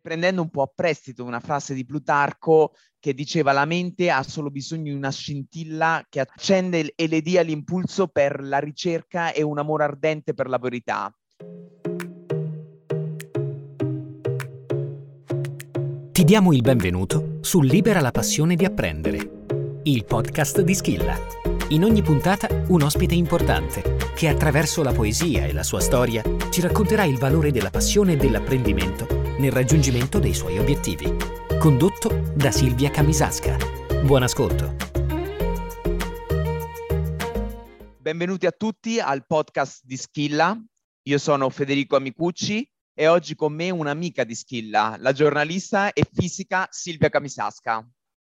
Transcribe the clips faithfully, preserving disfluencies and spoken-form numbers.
prendendo un po' a prestito una frase di Plutarco che diceva: la mente ha solo bisogno di una scintilla che accende e le dia l'impulso per la ricerca e un amore ardente per la verità. Ti diamo il benvenuto su Libera la passione di apprendere, il podcast di Schilla. In ogni puntata un ospite importante che attraverso la poesia e la sua storia ci racconterà il valore della passione e dell'apprendimento nel raggiungimento dei suoi obiettivi. Condotto da Silvia Camisasca. Buon ascolto. Benvenuti a tutti al podcast di Schilla. Io sono Federico Amicucci e oggi con me un'amica di Schilla, la giornalista e fisica Silvia Camisasca.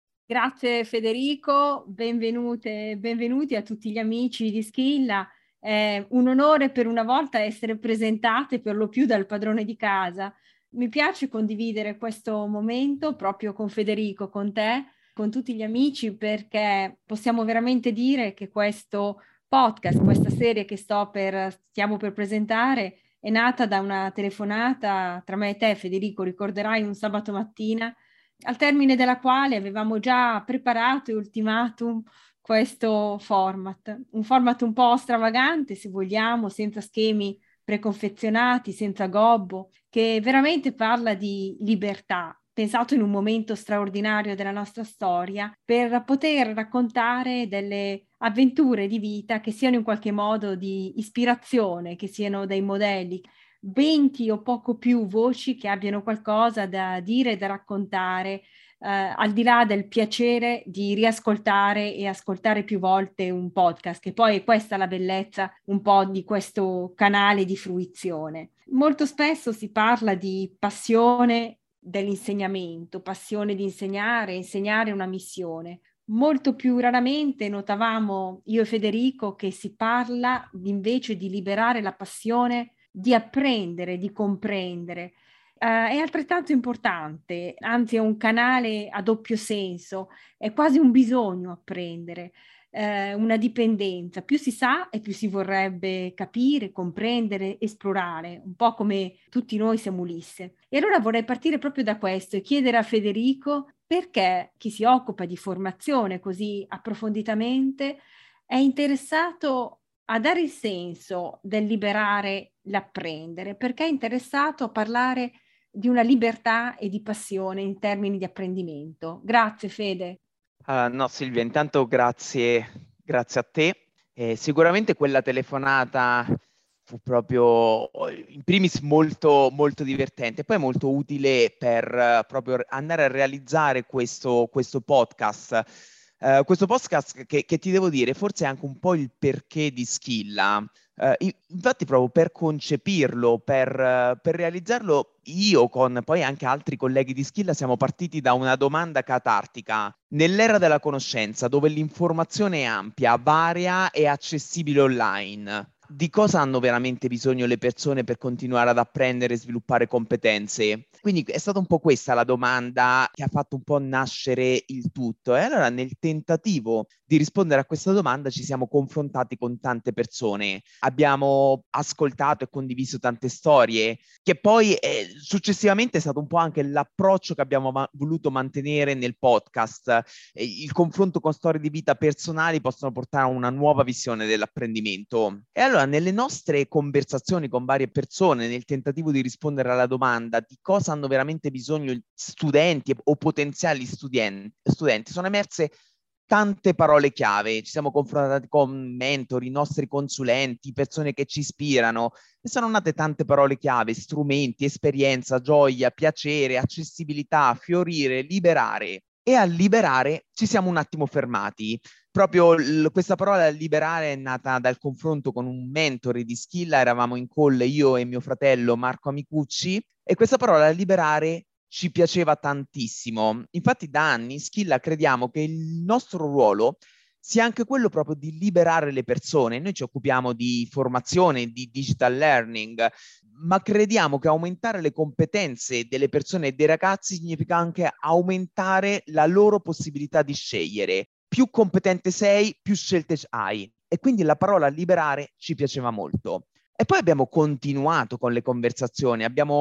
Grazie Federico, benvenute, benvenuti a tutti gli amici di Schilla. È un onore per una volta essere presentate per lo più dal padrone di casa. Mi piace condividere questo momento proprio con Federico, con te, con tutti gli amici, perché possiamo veramente dire che questo podcast, questa serie che sto per, stiamo per presentare, è nata da una telefonata tra me e te, Federico, ricorderai, un sabato mattina, al termine della quale avevamo già preparato e ultimatum questo format, un format un po' stravagante, se vogliamo, senza schemi preconfezionati, senza gobbo, che veramente parla di libertà, pensato in un momento straordinario della nostra storia, per poter raccontare delle avventure di vita che siano in qualche modo di ispirazione, che siano dei modelli, venti o poco più voci che abbiano qualcosa da dire e da raccontare, eh, al di là del piacere di riascoltare e ascoltare più volte un podcast, che poi è questa la bellezza un po' di questo canale di fruizione. Molto spesso si parla di passione dell'insegnamento, passione di insegnare, insegnare una missione. Molto più raramente notavamo io e Federico che si parla invece di liberare la passione di apprendere, di comprendere. Uh, è altrettanto importante, anzi è un canale a doppio senso, è quasi un bisogno apprendere, uh, una dipendenza. Più si sa e più si vorrebbe capire, comprendere, esplorare, un po' come tutti noi siamo Ulisse. E allora vorrei partire proprio da questo e chiedere a Federico perché chi si occupa di formazione così approfonditamente è interessato a dare il senso del liberare l'apprendere, perché è interessato a parlare di una libertà e di passione in termini di apprendimento. Grazie Fede. Uh, no Silvia, intanto grazie, grazie a te. Eh, sicuramente quella telefonata fu proprio in primis molto, molto divertente, poi molto utile per uh, proprio andare a realizzare questo, questo podcast. Uh, questo podcast che, che ti devo dire, forse è anche un po' il perché di Schilla. Uh, infatti proprio per concepirlo, per, uh, per realizzarlo, io con poi anche altri colleghi di Schilla siamo partiti da una domanda catartica. Nell'era della conoscenza, dove l'informazione è ampia, varia e accessibile online, di cosa hanno veramente bisogno le persone per continuare ad apprendere e sviluppare competenze? Quindi è stata un po' questa la domanda che ha fatto un po' nascere il tutto. E allora nel tentativo di rispondere a questa domanda ci siamo confrontati con tante persone. Abbiamo ascoltato e condiviso tante storie, che poi eh, successivamente è stato un po' anche l'approccio che abbiamo ma- voluto mantenere nel podcast. Eh, il confronto con storie di vita personali possono portare a una nuova visione dell'apprendimento. E allora nelle nostre conversazioni con varie persone, nel tentativo di rispondere alla domanda di cosa hanno veramente bisogno studenti o potenziali studenti, studenti sono emerse tante parole chiave. Ci siamo confrontati con mentori, nostri consulenti, persone che ci ispirano, e sono nate tante parole chiave: strumenti, esperienza, gioia, piacere, accessibilità, fiorire, liberare. E a liberare ci siamo un attimo fermati. Proprio l- questa parola liberare è nata dal confronto con un mentore di Schilla. Eravamo in call io e mio fratello Marco Amicucci, e questa parola liberare ci piaceva tantissimo. Infatti da anni Schilla crediamo che il nostro ruolo sia anche quello proprio di liberare le persone. Noi ci occupiamo di formazione, di digital learning, ma crediamo che aumentare le competenze delle persone e dei ragazzi significa anche aumentare la loro possibilità di scegliere. Più competente sei, più scelte hai. E quindi la parola liberare ci piaceva molto. E poi abbiamo continuato con le conversazioni, abbiamo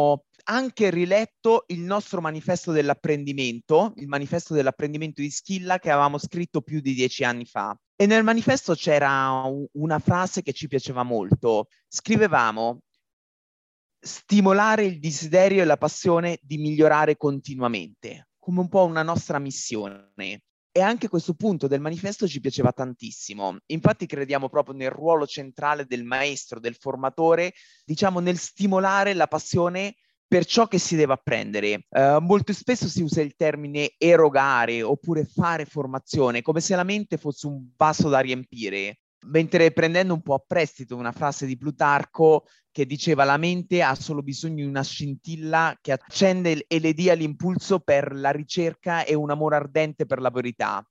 anche riletto il nostro manifesto dell'apprendimento, il manifesto dell'apprendimento di Schilla che avevamo scritto più di dieci anni fa. E nel manifesto c'era una frase che ci piaceva molto. Scrivevamo: stimolare il desiderio e la passione di migliorare continuamente, come un po' una nostra missione. E anche questo punto del manifesto ci piaceva tantissimo. Infatti crediamo proprio nel ruolo centrale del maestro, del formatore, diciamo nel stimolare la passione per ciò che si deve apprendere. Uh, molto spesso si usa il termine erogare oppure fare formazione, come se la mente fosse un vaso da riempire. Mentre, prendendo un po' a prestito una frase di Plutarco che diceva: la mente ha solo bisogno di una scintilla che accende e le dia l'impulso per la ricerca e un amore ardente per la verità.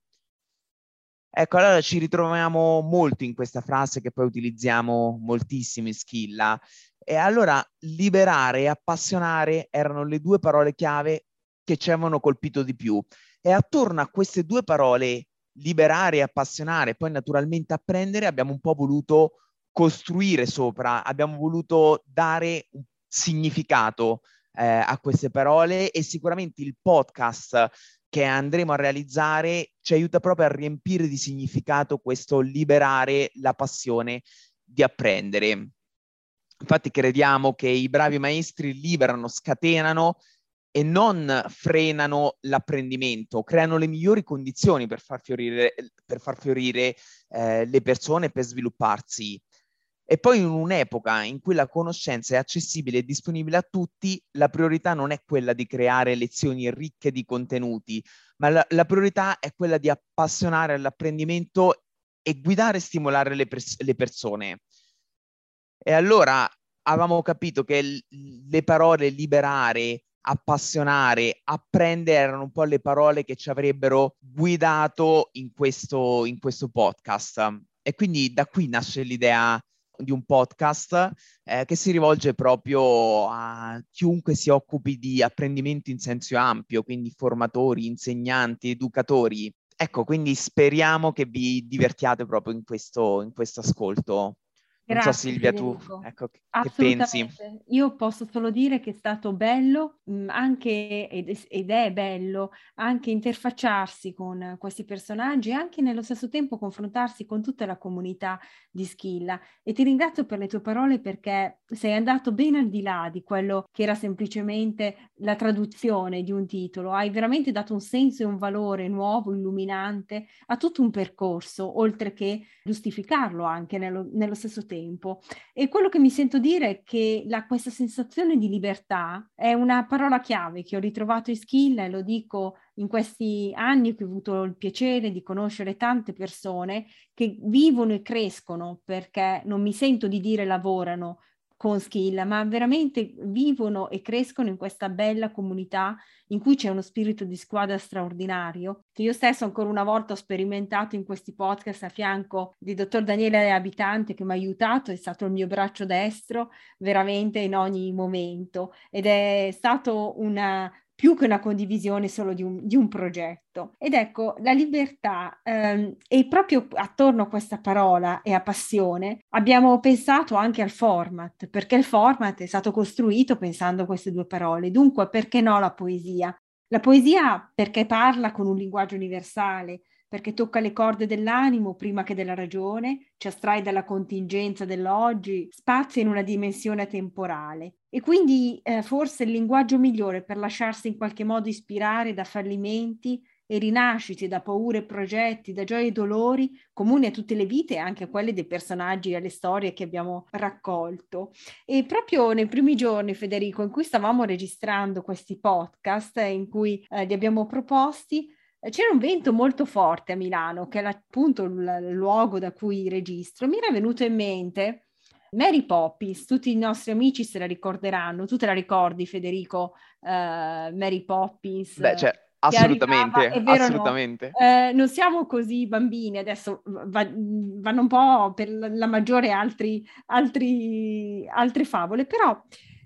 Ecco, allora ci ritroviamo molto in questa frase che poi utilizziamo moltissimo in Schilla. E allora liberare e appassionare erano le due parole chiave che ci avevano colpito di più. E attorno a queste due parole, liberare e appassionare, poi naturalmente apprendere, abbiamo un po' voluto costruire sopra, abbiamo voluto dare un significato eh, a queste parole, e sicuramente il podcast che andremo a realizzare ci aiuta proprio a riempire di significato questo liberare la passione di apprendere. Infatti crediamo che i bravi maestri liberano, scatenano e non frenano l'apprendimento, creano le migliori condizioni per far fiorire, per far fiorire eh, le persone, per svilupparsi. E poi, in un'epoca in cui la conoscenza è accessibile e disponibile a tutti, la priorità non è quella di creare lezioni ricche di contenuti, ma la, la priorità è quella di appassionare all'apprendimento e guidare e stimolare le, pers- le persone. E allora avevamo capito che l- le parole liberare, appassionare, apprendere erano un po' le parole che ci avrebbero guidato in questo, in questo podcast. E quindi da qui nasce l'idea di un podcast eh, che si rivolge proprio a chiunque si occupi di apprendimento in senso ampio, quindi formatori, insegnanti, educatori. Ecco, quindi speriamo che vi divertiate proprio in questo, in questo ascolto. Non so, Grazie Silvia, tu Federico. ecco, che pensi? Assolutamente. Io posso solo dire che è stato bello, mh, anche ed, ed è bello anche interfacciarsi con questi personaggi e anche nello stesso tempo confrontarsi con tutta la comunità di Schilla. E ti ringrazio per le tue parole, perché sei andato ben al di là di quello che era semplicemente la traduzione di un titolo. Hai veramente dato un senso e un valore nuovo, illuminante a tutto un percorso, oltre che giustificarlo anche nello, nello stesso tempo. Tempo. E quello che mi sento dire è che la, questa sensazione di libertà è una parola chiave che ho ritrovato in Schilla, e lo dico in questi anni che ho avuto il piacere di conoscere tante persone che vivono e crescono, perché non mi sento di dire lavorano con Schilla, ma veramente vivono e crescono in questa bella comunità in cui c'è uno spirito di squadra straordinario, che io stesso ancora una volta ho sperimentato in questi podcast a fianco di dottor Daniele Abitante, che mi ha aiutato, è stato il mio braccio destro veramente in ogni momento, ed è stato una più che una condivisione solo di un, di un progetto. Ed ecco, la libertà, ehm, e proprio attorno a questa parola e a passione abbiamo pensato anche al format, perché il format è stato costruito pensando a queste due parole. Dunque, perché no la poesia? La poesia perché parla con un linguaggio universale, perché tocca le corde dell'animo prima che della ragione, ci astrae dalla contingenza dell'oggi, spazia in una dimensione temporale. E quindi eh, forse il linguaggio migliore per lasciarsi in qualche modo ispirare da fallimenti e rinascite, da paure e progetti, da gioie e dolori comuni a tutte le vite e anche a quelle dei personaggi e alle storie che abbiamo raccolto. E proprio nei primi giorni, Federico, in cui stavamo registrando questi podcast, eh, in cui eh, li abbiamo proposti, c'era un vento molto forte a Milano, che è appunto il luogo da cui registro. Mi era venuto in mente Mary Poppins, tutti i nostri amici se la ricorderanno. Tu te la ricordi, Federico, uh, Mary Poppins? Beh, cioè, Che arrivava, assolutamente, è vero o no? assolutamente. Eh, non siamo così bambini, adesso va, vanno un po' per la maggiore altri, altri, altre favole, però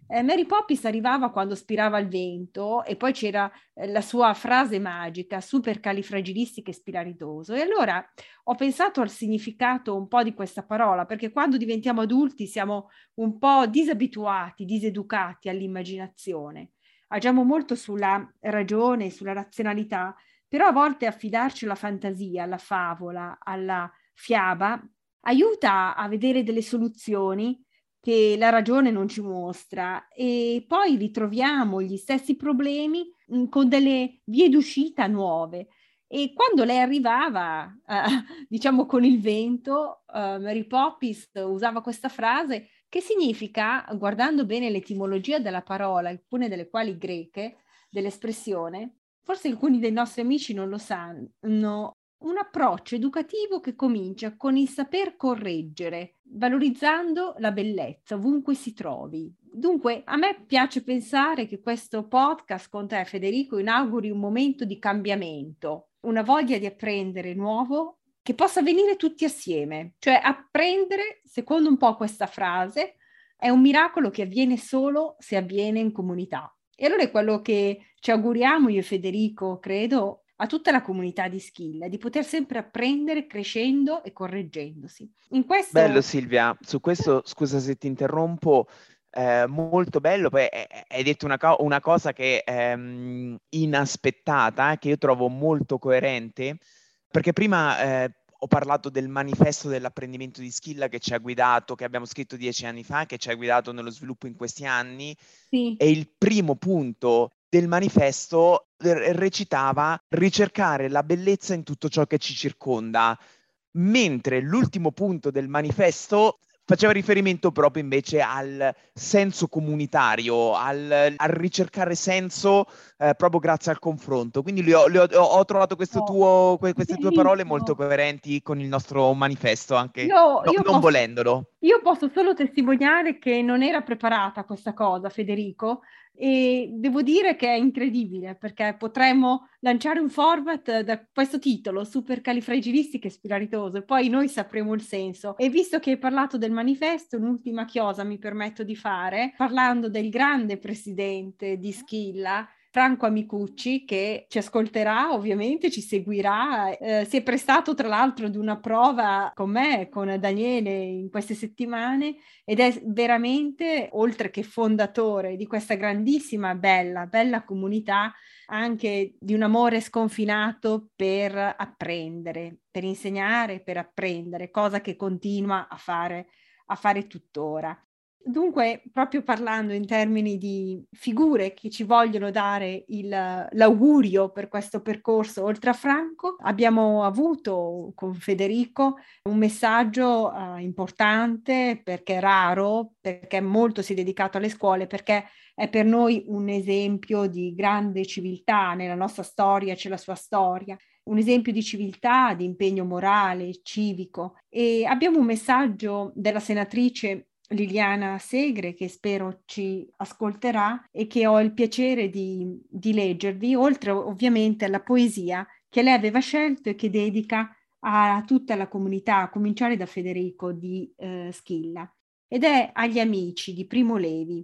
Eh, Mary Poppins arrivava quando spirava il vento e poi c'era eh, la sua frase magica, supercalifragilistichespiralidoso. E allora ho pensato al significato un po' di questa parola, perché quando diventiamo adulti siamo un po' disabituati, diseducati all'immaginazione. Agiamo molto sulla ragione, sulla razionalità, però a volte affidarci alla fantasia, alla favola, alla fiaba, aiuta a vedere delle soluzioni che la ragione non ci mostra e poi ritroviamo gli stessi problemi mh, con delle vie d'uscita nuove. E quando lei arrivava, eh, diciamo con il vento, eh, Mary Poppins usava questa frase che significa, guardando bene l'etimologia della parola, alcune delle quali greche, dell'espressione, forse alcuni dei nostri amici non lo sanno, un approccio educativo che comincia con il saper correggere, valorizzando la bellezza ovunque si trovi. Dunque, a me piace pensare che questo podcast con te, Federico, inauguri un momento di cambiamento, una voglia di apprendere nuovo che possa venire tutti assieme. Cioè, apprendere, secondo un po' questa frase, è un miracolo che avviene solo se avviene in comunità. E allora è quello che ci auguriamo io e Federico, credo, a tutta la comunità di Schilla, di poter sempre apprendere crescendo e correggendosi. In questo... Bello Silvia, su questo scusa se ti interrompo, eh, molto bello, poi eh, hai detto una, co- una cosa che è um, inaspettata, che io trovo molto coerente, perché prima eh, ho parlato del manifesto dell'apprendimento di Schilla che ci ha guidato, che abbiamo scritto dieci anni fa, che ci ha guidato nello sviluppo in questi anni, sì. E il primo punto del manifesto recitava ricercare la bellezza in tutto ciò che ci circonda, mentre l'ultimo punto del manifesto faceva riferimento proprio invece al senso comunitario, al, al ricercare senso eh, proprio grazie al confronto. Quindi le ho, le ho, ho trovato questo Oh, tuo, queste tue parole bellissimo. molto coerenti con il nostro manifesto, anche Io, no, io non posso, volendolo. io posso solo testimoniare che non era preparata questa cosa, Federico, e devo dire che è incredibile perché potremmo lanciare un format da questo titolo, supercalifragilistichespiralidoso, e poi noi sapremo il senso. E visto che hai parlato del manifesto, un'ultima chiosa mi permetto di fare, parlando del grande presidente di Schilla, Franco Amicucci, che ci ascolterà, ovviamente ci seguirà, eh, si è prestato tra l'altro ad una prova con me, con Daniele in queste settimane, ed è veramente, oltre che fondatore di questa grandissima, bella, bella comunità, anche di un amore sconfinato per apprendere, per insegnare, per apprendere, cosa che continua a fare, a fare tuttora. Dunque, proprio parlando in termini di figure che ci vogliono dare il, l'augurio per questo percorso, oltre a Franco, abbiamo avuto con Federico un messaggio uh, importante perché è raro, perché molto si è dedicato alle scuole, perché è per noi un esempio di grande civiltà. Nella nostra storia c'è la sua storia, un esempio di civiltà, di impegno morale, civico. E abbiamo un messaggio della senatrice Liliana Segre, che spero ci ascolterà e che ho il piacere di, di leggervi, oltre ovviamente alla poesia che lei aveva scelto e che dedica a tutta la comunità, a cominciare da Federico di eh, Schilla, ed è agli amici di Primo Levi.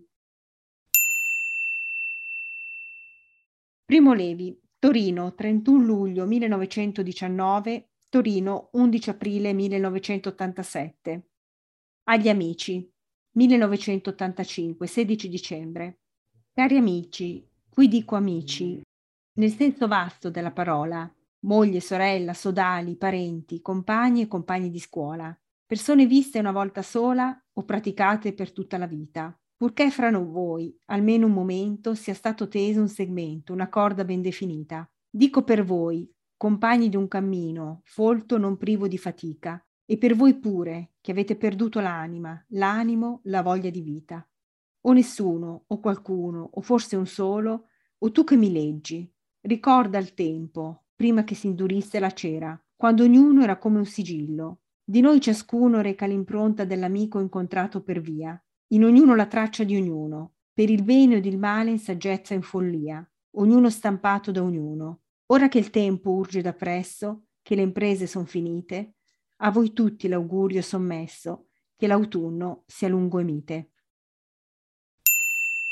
Primo Levi, Torino, trentuno luglio millenovecentodiciannove, Torino, undici aprile millenovecentottantasette. Agli amici, millenovecentottantacinque, sedici dicembre. Cari amici, qui dico amici, nel senso vasto della parola, moglie, sorella, sodali, parenti, compagni e compagni di scuola, persone viste una volta sola o praticate per tutta la vita, purché fra voi, almeno un momento, sia stato teso un segmento, una corda ben definita. Dico per voi, compagni di un cammino, folto non privo di fatica, e per voi pure, che avete perduto l'anima, l'animo, la voglia di vita. O nessuno, o qualcuno, o forse un solo, o tu che mi leggi, ricorda il tempo, prima che si indurisse la cera, quando ognuno era come un sigillo. Di noi ciascuno reca l'impronta dell'amico incontrato per via, in ognuno la traccia di ognuno, per il bene o il male in saggezza e in follia, ognuno stampato da ognuno. Ora che il tempo urge da presso, che le imprese son finite, a voi tutti l'augurio sommesso, che l'autunno sia lungo e mite.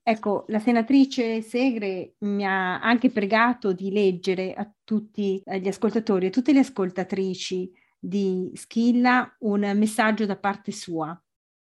Ecco, la senatrice Segre mi ha anche pregato di leggere a tutti gli ascoltatori e tutte le ascoltatrici di Schilla un messaggio da parte sua.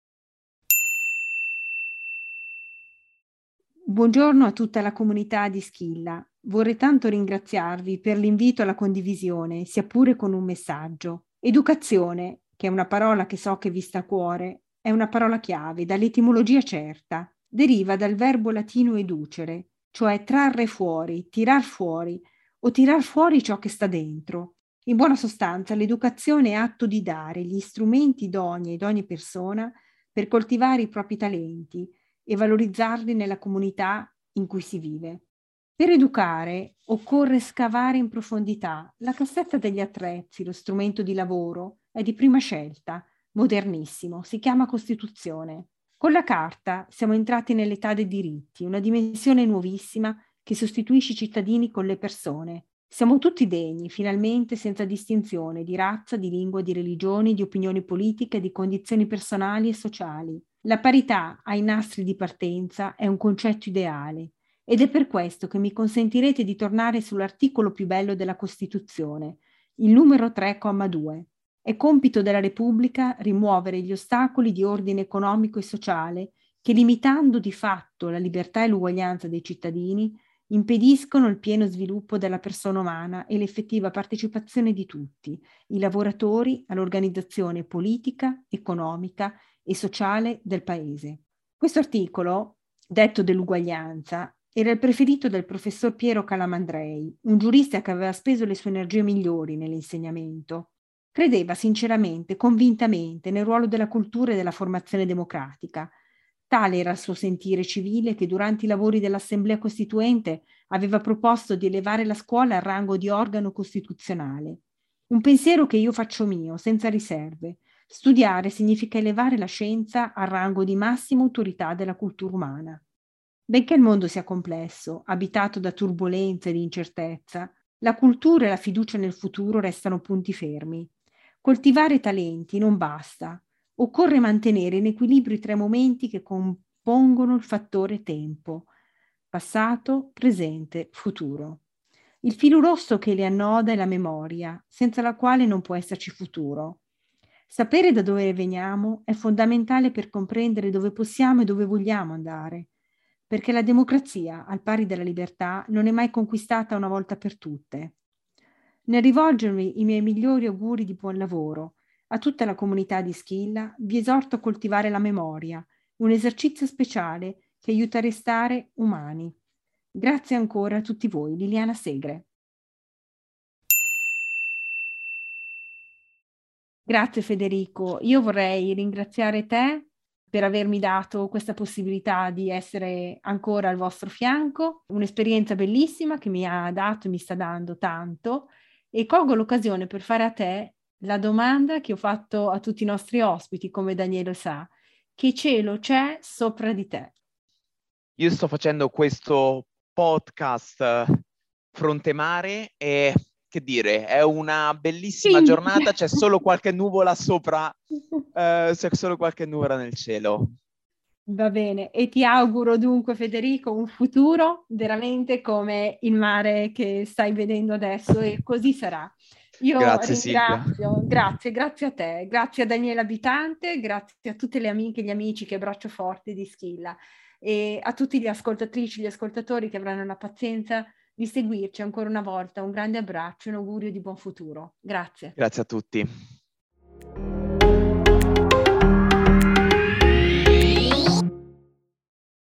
Buongiorno a tutta la comunità di Schilla. Vorrei tanto ringraziarvi per l'invito alla condivisione, sia pure con un messaggio. Educazione, che è una parola che so che vi sta a cuore, è una parola chiave, dall'etimologia certa. Deriva dal verbo latino educere, cioè trarre fuori, tirar fuori o tirar fuori ciò che sta dentro. In buona sostanza, l'educazione è atto di dare gli strumenti idonei ad ogni persona per coltivare i propri talenti e valorizzarli nella comunità in cui si vive. Per educare occorre scavare in profondità. La cassetta degli attrezzi, lo strumento di lavoro, è di prima scelta, modernissimo, si chiama Costituzione. Con la Carta siamo entrati nell'età dei diritti, una dimensione nuovissima che sostituisce i cittadini con le persone. Siamo tutti degni, finalmente, senza distinzione di razza, di lingua, di religioni, di opinioni politiche, di condizioni personali e sociali. La parità ai nastri di partenza è un concetto ideale ed è per questo che mi consentirete di tornare sull'articolo più bello della Costituzione, il numero tre, comma due. È compito della Repubblica rimuovere gli ostacoli di ordine economico e sociale che, limitando di fatto la libertà e l'uguaglianza dei cittadini, impediscono il pieno sviluppo della persona umana e l'effettiva partecipazione di tutti, i lavoratori, all'organizzazione politica, economica e sociale del Paese. Questo articolo, detto dell'uguaglianza, era il preferito del professor Piero Calamandrei, un giurista che aveva speso le sue energie migliori nell'insegnamento. Credeva sinceramente, convintamente nel ruolo della cultura e della formazione democratica. Tale era il suo sentire civile che durante i lavori dell'Assemblea Costituente aveva proposto di elevare la scuola al rango di organo costituzionale. Un pensiero che io faccio mio, senza riserve. Studiare significa elevare la scienza al rango di massima autorità della cultura umana. Benché il mondo sia complesso, abitato da turbolenza ed incertezza, la cultura e la fiducia nel futuro restano punti fermi. Coltivare talenti non basta. Occorre mantenere in equilibrio i tre momenti che compongono il fattore tempo: passato, presente, futuro. Il filo rosso che li annoda è la memoria, senza la quale non può esserci futuro. Sapere da dove veniamo è fondamentale per comprendere dove possiamo e dove vogliamo andare, perché la democrazia, al pari della libertà, non è mai conquistata una volta per tutte. Nel rivolgermi i miei migliori auguri di buon lavoro a tutta la comunità di Schilla, vi esorto a coltivare la memoria, un esercizio speciale che aiuta a restare umani. Grazie ancora a tutti voi. Liliana Segre. Grazie Federico. Io vorrei ringraziare te per avermi dato questa possibilità di essere ancora al vostro fianco, un'esperienza bellissima che mi ha dato e mi sta dando tanto, e colgo l'occasione per fare a te la domanda che ho fatto a tutti i nostri ospiti, come Daniele sa: che cielo c'è sopra di te? Io sto facendo questo podcast fronte mare e, che dire, è una bellissima Quindi... giornata, c'è solo qualche nuvola sopra, eh, c'è solo qualche nuvola nel cielo. Va bene, e ti auguro dunque, Federico, un futuro veramente come il mare che stai vedendo adesso, e così sarà. Io Grazie, ringrazio, Silvia. grazie, grazie a te, grazie a Daniela Abitante, grazie a tutte le amiche e gli amici che abbraccio forte di Schilla, e a tutti gli ascoltatrici e gli ascoltatori che avranno la pazienza di seguirci ancora una volta. Un grande abbraccio e un augurio di buon futuro. Grazie. Grazie a tutti.